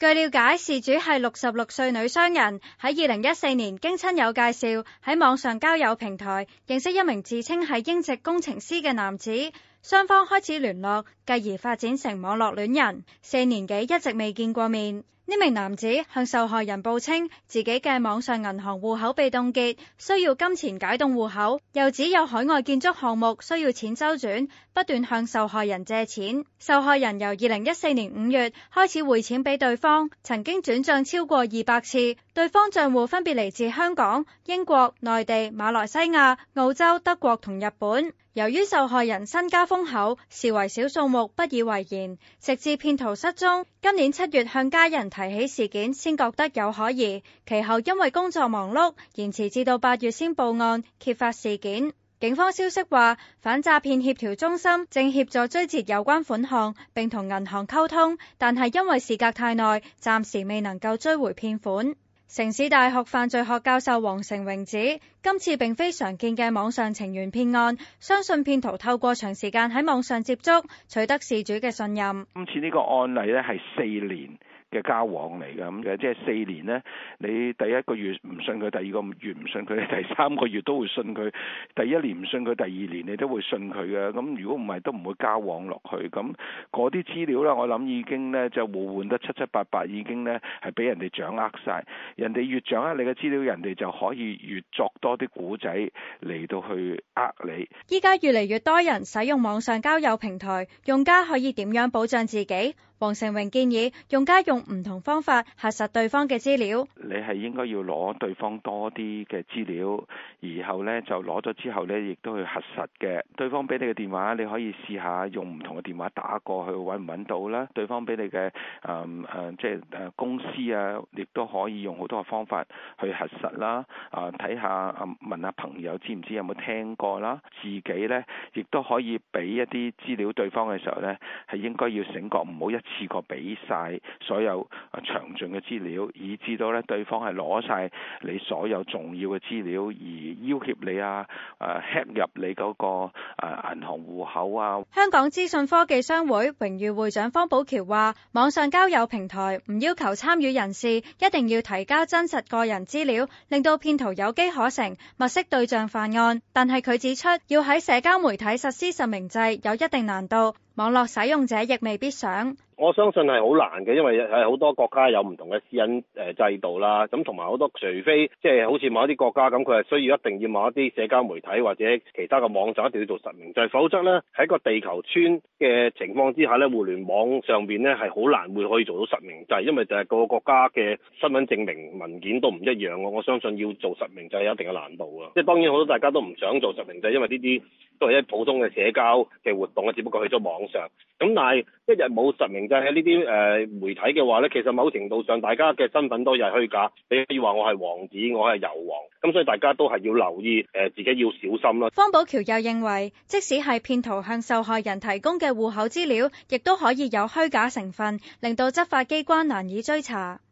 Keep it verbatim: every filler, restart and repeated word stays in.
據了解，事主係六十六歲女商人，喺二零一四年經親友介紹喺網上交友平台認識一名自稱係英籍工程師嘅男子，雙方開始聯絡，繼而發展成網絡戀人，四年幾一直未見過面。呢名男子向受害人報稱自己嘅網上銀行戶口被凍結，需要金錢解凍戶口，又指有海外建築項目需要錢周轉，不斷向受害人借錢。受害人由二零一四年五月開始匯錢俾對方，曾經轉賬超過二百次，對方賬戶分別嚟自香港、英國、內地、馬來西亞、澳洲、德國同日本。由於受害人身家豐厚，視為小數目，不以為然，直至騙徒失蹤。今年七月向家人提起事件，先覺得有可疑，其後因為工作忙碌，延遲至到八月先報案，揭發事件。警方消息話，反詐騙協調中心正協助追截有關款項，並同銀行溝通，但係因為事隔太耐，暫時未能夠追回騙款。城市大學犯罪學教授黃成榮指，今次並非常見嘅網上情緣騙案，相信騙徒透過長時間喺網上接觸，取得事主嘅信任。 今次呢個案例咧係四年嘅交往嚟嘅，咁嘅即係四年呢，你第一個月唔信佢，第二個月唔信佢，第三個月都會信佢，第一年唔信佢，第二年你都會信佢嘅。咁如果唔係，都唔會交往落去。咁嗰啲資料咧，我諗已經咧就互換得七七八八，已經咧係俾人哋掌握晒。人哋越掌握你嘅資料，人哋就可以越作多啲古仔嚟到去呃你。 依家越嚟越多人使用網上交友平台，用家可以點樣保障自己？黃成榮建議用家用唔同方法核實對方嘅資料。 你係應該要攞對方多啲嘅資料，然後咧就攞咗之後咧，亦都去核實嘅。對方俾你嘅電話，你可以試下用唔同嘅電話打過去，揾唔揾到啦。對方俾你嘅誒誒，即係誒公司啊，亦都可以用好多嘅方法去核實啦。啊，睇下啊，問下朋友知唔知有冇聽過啦。自己咧亦都可以俾一啲資料對方嘅時候咧，係應該要醒覺，唔好一次過俾晒所有詳盡嘅資料，以至到咧對方係攞晒你所有重要嘅資料，而要挾你啊，誒 hack 入你嗰個誒銀行戶口啊。 香港資訊科技商會榮譽會長方保僑話，網上交友平台唔要求參與人士一定要提交真實個人資料，令到騙徒有機可乘，物色對象犯案。但係佢指出，要喺社交媒體實施實名制有一定難度，網絡使用者亦未必想。 我相信係好難嘅，因為係好多國家有唔同嘅私隱誒制度啦，咁同埋好多，除非即係好似某一啲國家咁，佢係需要一定要某一啲社交媒體或者其他嘅網站一定要做實名制，否則咧喺個地球村嘅情況之下咧，互聯網上邊咧係好難會可以做到實名制，因為就係個個國家嘅身份證明文件都唔一樣，我我相信要做實名制有一定嘅難度啊。即係當然好多大家都唔想做實名制，因為呢啲都係一普通嘅社交嘅活動啊，只不過去咗網上。咁但係一日冇實名制喺呢啲誒媒體嘅話咧，其實某程度上大家嘅身份都係虛假。你可以話我係王子，我係油王，咁所以大家都係要留意誒自己要小心啦。 方保僑又認為，即使係騙徒向受害人提供嘅戶口資料，亦都可以有虛假成分，令到執法機關難以追查。